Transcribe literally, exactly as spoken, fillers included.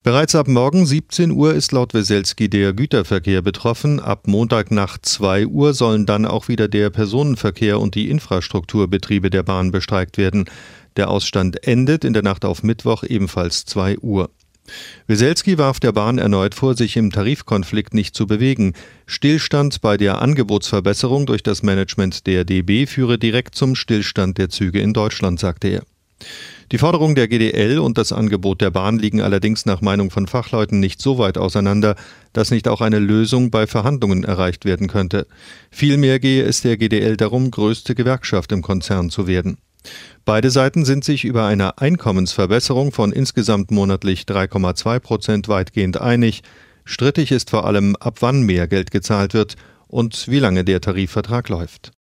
Bereits ab morgen siebzehn Uhr ist laut Weselski der Güterverkehr betroffen. Ab Montagnacht zwei Uhr sollen dann auch wieder der Personenverkehr und die Infrastrukturbetriebe der Bahn bestreikt werden. Der Ausstand endet in der Nacht auf Mittwoch ebenfalls zwei Uhr. Weselski warf der Bahn erneut vor, sich im Tarifkonflikt nicht zu bewegen. Stillstand bei der Angebotsverbesserung durch das Management der D B führe direkt zum Stillstand der Züge in Deutschland, sagte er. Die Forderung der G D L und das Angebot der Bahn liegen allerdings nach Meinung von Fachleuten nicht so weit auseinander, dass nicht auch eine Lösung bei Verhandlungen erreicht werden könnte. Vielmehr gehe es der G D L darum, größte Gewerkschaft im Konzern zu werden. Beide Seiten sind sich über eine Einkommensverbesserung von insgesamt monatlich drei Komma zwei Prozent weitgehend einig. Strittig ist vor allem, ab wann mehr Geld gezahlt wird und wie lange der Tarifvertrag läuft.